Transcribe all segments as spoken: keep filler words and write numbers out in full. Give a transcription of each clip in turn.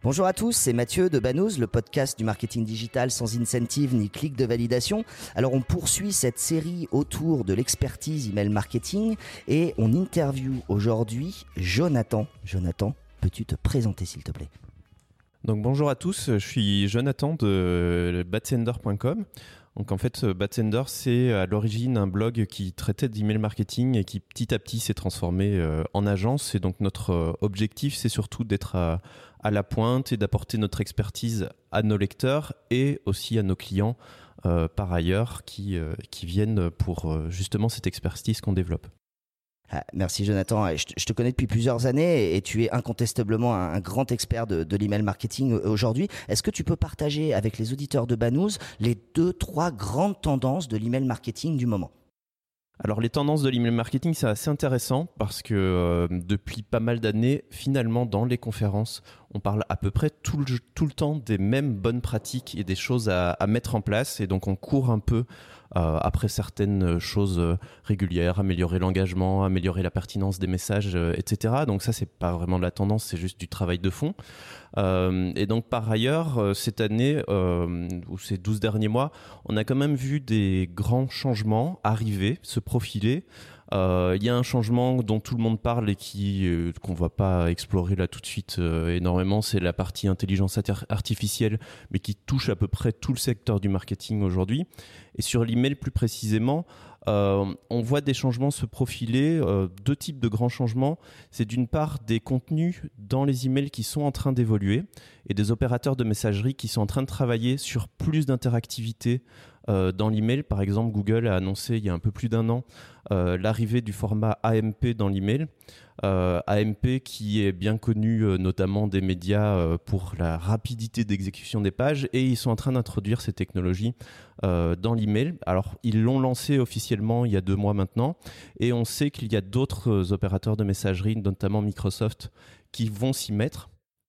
Bonjour à tous, c'est Mathieu de Banous, le podcast du marketing digital sans incentive ni clic de validation. Alors on poursuit cette série autour de l'expertise email marketing et on interview aujourd'hui Jonathan. Jonathan, peux-tu te présenter s'il te plaît ? Donc bonjour à tous, je suis Jonathan de batsender point com. Donc en fait, Batsender, c'est à l'origine un blog qui traitait d'email marketing et qui petit à petit s'est transformé euh, en agence. Et donc notre euh, objectif, c'est surtout d'être à, à la pointe et d'apporter notre expertise à nos lecteurs et aussi à nos clients euh, par ailleurs qui, euh, qui viennent pour euh, justement cette expertise qu'on développe. Ah, merci Jonathan, je te, je te connais depuis plusieurs années et tu es incontestablement un, un grand expert de, de l'email marketing aujourd'hui. Est-ce que tu peux partager avec les auditeurs de Banous les deux, trois grandes tendances de l'email marketing du moment ? Alors les tendances de l'email marketing, c'est assez intéressant parce que euh, depuis pas mal d'années, finalement dans les conférences, on parle à peu près tout le, tout le temps des mêmes bonnes pratiques et des choses à, à mettre en place, et donc on court un peu euh, après certaines choses euh, régulières, améliorer l'engagement, améliorer la pertinence des messages, euh, et cetera. Donc ça, c'est pas vraiment de la tendance, c'est juste du travail de fond. Euh, et donc par ailleurs, euh, cette année euh, ou ces douze derniers mois, on a quand même vu des grands changements arriver, se profiler. Euh, il y a un changement dont tout le monde parle et qui euh, qu'on va pas explorer là tout de suite euh, énormément, c'est la partie intelligence artificielle, mais qui touche à peu près tout le secteur du marketing aujourd'hui. Et sur l'email plus précisément, euh, on voit des changements se profiler, euh, deux types de grands changements. C'est d'une part des contenus dans les emails qui sont en train d'évoluer et des opérateurs de messagerie qui sont en train de travailler sur plus d'interactivité euh, dans l'email. Par exemple, Google a annoncé il y a un peu plus d'un an euh, l'arrivée du format A M P dans l'email. Euh, A M P qui est bien connu euh, notamment des médias euh, pour la rapidité d'exécution des pages, et ils sont en train d'introduire ces technologies euh, dans l'email. Alors ils l'ont lancé officiellement il y a deux mois maintenant, et on sait qu'il y a d'autres opérateurs de messagerie, notamment Microsoft, qui vont s'y mettre.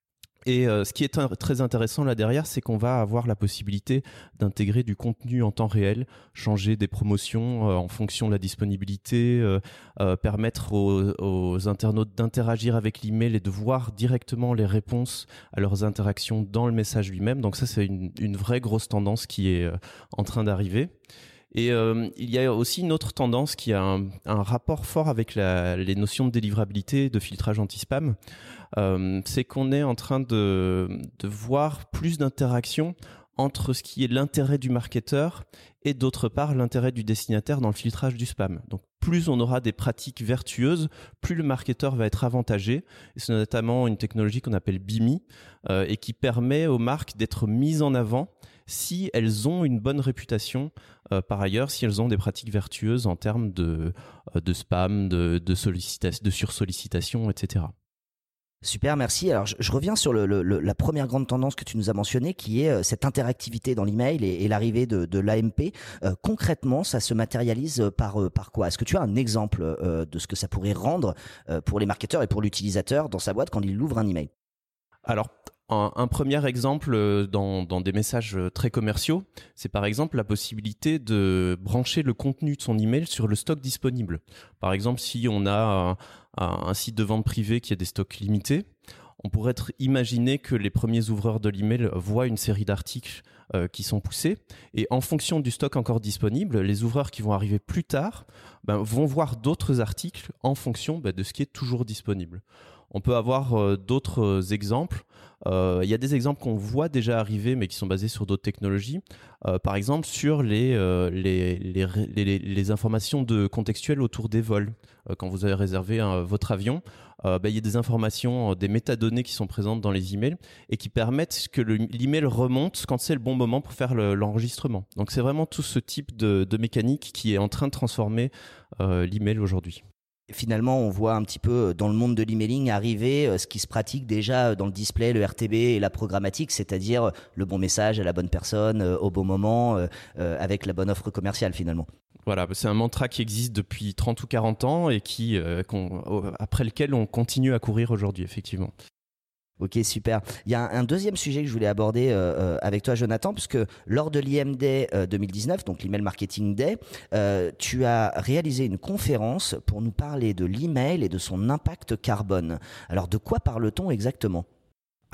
Et euh, ce qui est un, très intéressant là derrière, c'est qu'on va avoir la possibilité d'intégrer du contenu en temps réel, changer des promotions euh, en fonction de la disponibilité, euh, euh, permettre aux, aux internautes d'interagir avec l'email et de voir directement les réponses à leurs interactions dans le message lui-même. Donc ça, c'est une, une vraie grosse tendance qui est euh, en train d'arriver. Et euh, il y a aussi une autre tendance qui a un, un rapport fort avec la, les notions de délivrabilité, de filtrage anti-spam. Euh, c'est qu'on est en train de, de voir plus d'interactions entre ce qui est l'intérêt du marketeur et d'autre part l'intérêt du destinataire dans le filtrage du spam. Donc plus on aura des pratiques vertueuses, plus le marketeur va être avantagé. Et c'est notamment une technologie qu'on appelle B I M I euh, et qui permet aux marques d'être mises en avant si elles ont une bonne réputation, euh, par ailleurs, si elles ont des pratiques vertueuses en termes de, euh, de spam, de, de, sollicita- de sursollicitation, et cetera. Super, merci. Alors je, je reviens sur le, le, la première grande tendance que tu nous as mentionnée, qui est euh, cette interactivité dans l'email et, et l'arrivée de, de l'A M P. Euh, concrètement, ça se matérialise par euh, par quoi ? Est-ce que tu as un exemple euh, de ce que ça pourrait rendre euh, pour les marketeurs et pour l'utilisateur dans sa boîte quand il ouvre un email ? Alors, un, un premier exemple dans, dans des messages très commerciaux, c'est par exemple la possibilité de brancher le contenu de son email sur le stock disponible. Par exemple, si on a un, un site de vente privée qui a des stocks limités, on pourrait être imaginer que les premiers ouvreurs de l'email voient une série d'articles euh, qui sont poussés, et en fonction du stock encore disponible, les ouvreurs qui vont arriver plus tard ben, vont voir d'autres articles en fonction ben, de ce qui est toujours disponible. On peut avoir euh, d'autres exemples. Euh, il y a des exemples qu'on voit déjà arriver, mais qui sont basés sur d'autres technologies. Euh, par exemple, sur les, euh, les, les, les, les informations de contextuelles autour des vols. Euh, quand vous avez réservé un, votre avion, euh, bah, il y a des informations, des métadonnées qui sont présentes dans les emails et qui permettent que le, l'email remonte quand c'est le bon moment pour faire le, l'enregistrement. Donc, c'est vraiment tout ce type de, de mécanique qui est en train de transformer euh, l'email aujourd'hui. Finalement, on voit un petit peu dans le monde de l'emailing arriver ce qui se pratique déjà dans le display, le R T B et la programmatique, c'est-à-dire le bon message à la bonne personne, au bon moment, avec la bonne offre commerciale finalement. Voilà, c'est un mantra qui existe depuis trente ou quarante ans et qui, euh, après lequel on continue à courir aujourd'hui, effectivement. Ok, super. Il y a un, un deuxième sujet que je voulais aborder euh, avec toi, Jonathan, parce que lors de l'I M Day euh, deux mille dix-neuf, donc l'Email Marketing Day, euh, tu as réalisé une conférence pour nous parler de l'email et de son impact carbone. Alors, de quoi parle-t-on exactement ? Alors,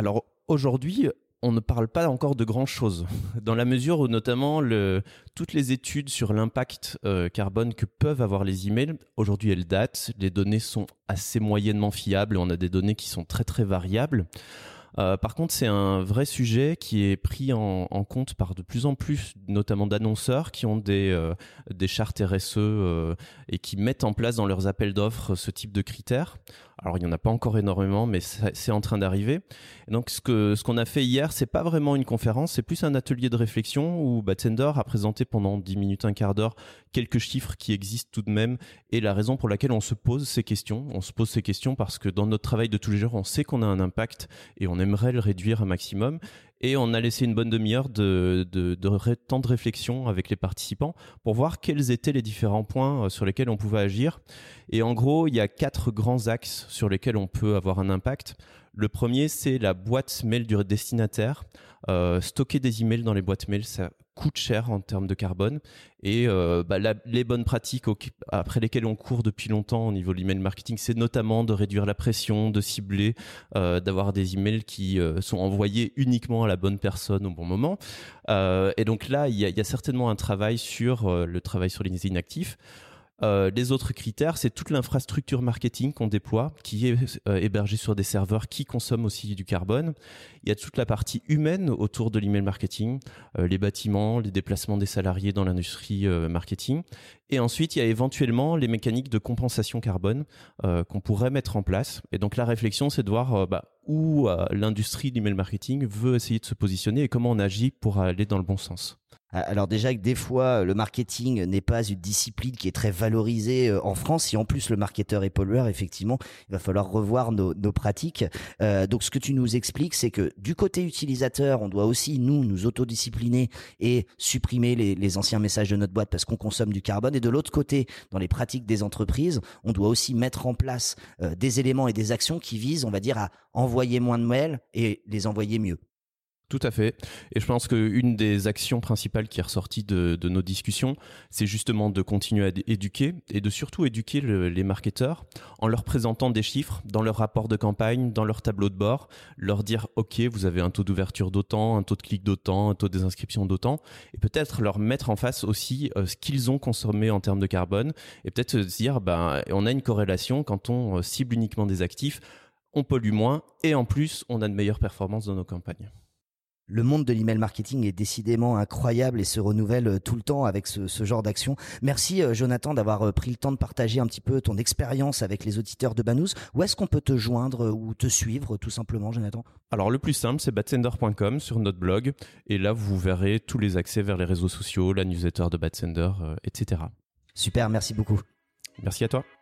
aujourd'hui, on ne parle pas encore de grand-chose, dans la mesure où notamment le, toutes les études sur l'impact euh, carbone que peuvent avoir les emails, aujourd'hui elles datent, les données sont assez moyennement fiables, on a des données qui sont très très variables. Euh, par contre, c'est un vrai sujet qui est pris en, en compte par de plus en plus, notamment d'annonceurs qui ont des, euh, des chartes R S E euh, et qui mettent en place dans leurs appels d'offres ce type de critères. Alors, il n'y en a pas encore énormément, mais c'est en train d'arriver. Et donc, ce que ce qu'on a fait hier, c'est pas vraiment une conférence, c'est plus un atelier de réflexion où Battsender a présenté pendant dix minutes, un quart d'heure, quelques chiffres qui existent tout de même et la raison pour laquelle on se pose ces questions. On se pose ces questions parce que dans notre travail de tous les jours, on sait qu'on a un impact et on aimerait le réduire un maximum. Et on a laissé une bonne demi-heure de, de, de ré, temps de réflexion avec les participants pour voir quels étaient les différents points sur lesquels on pouvait agir. Et en gros, il y a quatre grands axes sur lesquels on peut avoir un impact. Le premier, c'est la boîte mail du destinataire. Euh, stocker des emails dans les boîtes mail, ça coûte cher en termes de carbone. Et euh, bah, la, les bonnes pratiques au, après lesquelles on court depuis longtemps au niveau de l'email marketing, c'est notamment de réduire la pression, de cibler, euh, d'avoir des emails qui euh, sont envoyés uniquement à la bonne personne au bon moment. Euh, et donc là, il y a, il y a certainement un travail sur euh, le travail sur les inactifs. Euh, les autres critères, c'est toute l'infrastructure marketing qu'on déploie, qui est euh, hébergée sur des serveurs qui consomment aussi du carbone. Il y a toute la partie humaine autour de l'email marketing, euh, les bâtiments, les déplacements des salariés dans l'industrie euh, marketing. Et ensuite, il y a éventuellement les mécaniques de compensation carbone euh, qu'on pourrait mettre en place. Et donc la réflexion, c'est de voir euh, bah, où euh, l'industrie de l'email marketing veut essayer de se positionner et comment on agit pour aller dans le bon sens. Alors déjà que des fois le marketing n'est pas une discipline qui est très valorisée en France, si en plus le marketeur est pollueur, effectivement, il va falloir revoir nos, nos pratiques. Euh, donc ce que tu nous expliques, c'est que du côté utilisateur, on doit aussi nous nous autodiscipliner et supprimer les, les anciens messages de notre boîte parce qu'on consomme du carbone. Et de l'autre côté, dans les pratiques des entreprises, on doit aussi mettre en place euh, des éléments et des actions qui visent, on va dire, à envoyer moins de mails et les envoyer mieux. Tout à fait. Et je pense qu'une des actions principales qui est ressortie de, de nos discussions, c'est justement de continuer à éduquer et de surtout éduquer le, les marketeurs en leur présentant des chiffres dans leur rapport de campagne, dans leur tableau de bord, leur dire « Ok, vous avez un taux d'ouverture d'autant, un taux de clic d'autant, un taux de désinscription d'autant » et peut-être leur mettre en face aussi euh, ce qu'ils ont consommé en termes de carbone et peut-être se dire bah, « On a une corrélation quand on cible uniquement des actifs, on pollue moins et en plus, on a de meilleures performances dans nos campagnes. » Le monde de l'email marketing est décidément incroyable et se renouvelle tout le temps avec ce, ce genre d'action. Merci Jonathan d'avoir pris le temps de partager un petit peu ton expérience avec les auditeurs de Banous. Où est-ce qu'on peut te joindre ou te suivre tout simplement, Jonathan ? Alors le plus simple, c'est battsender point com sur notre blog et là vous verrez tous les accès vers les réseaux sociaux, la newsletter de Battsender, euh, et cetera. Super, merci beaucoup. Merci à toi.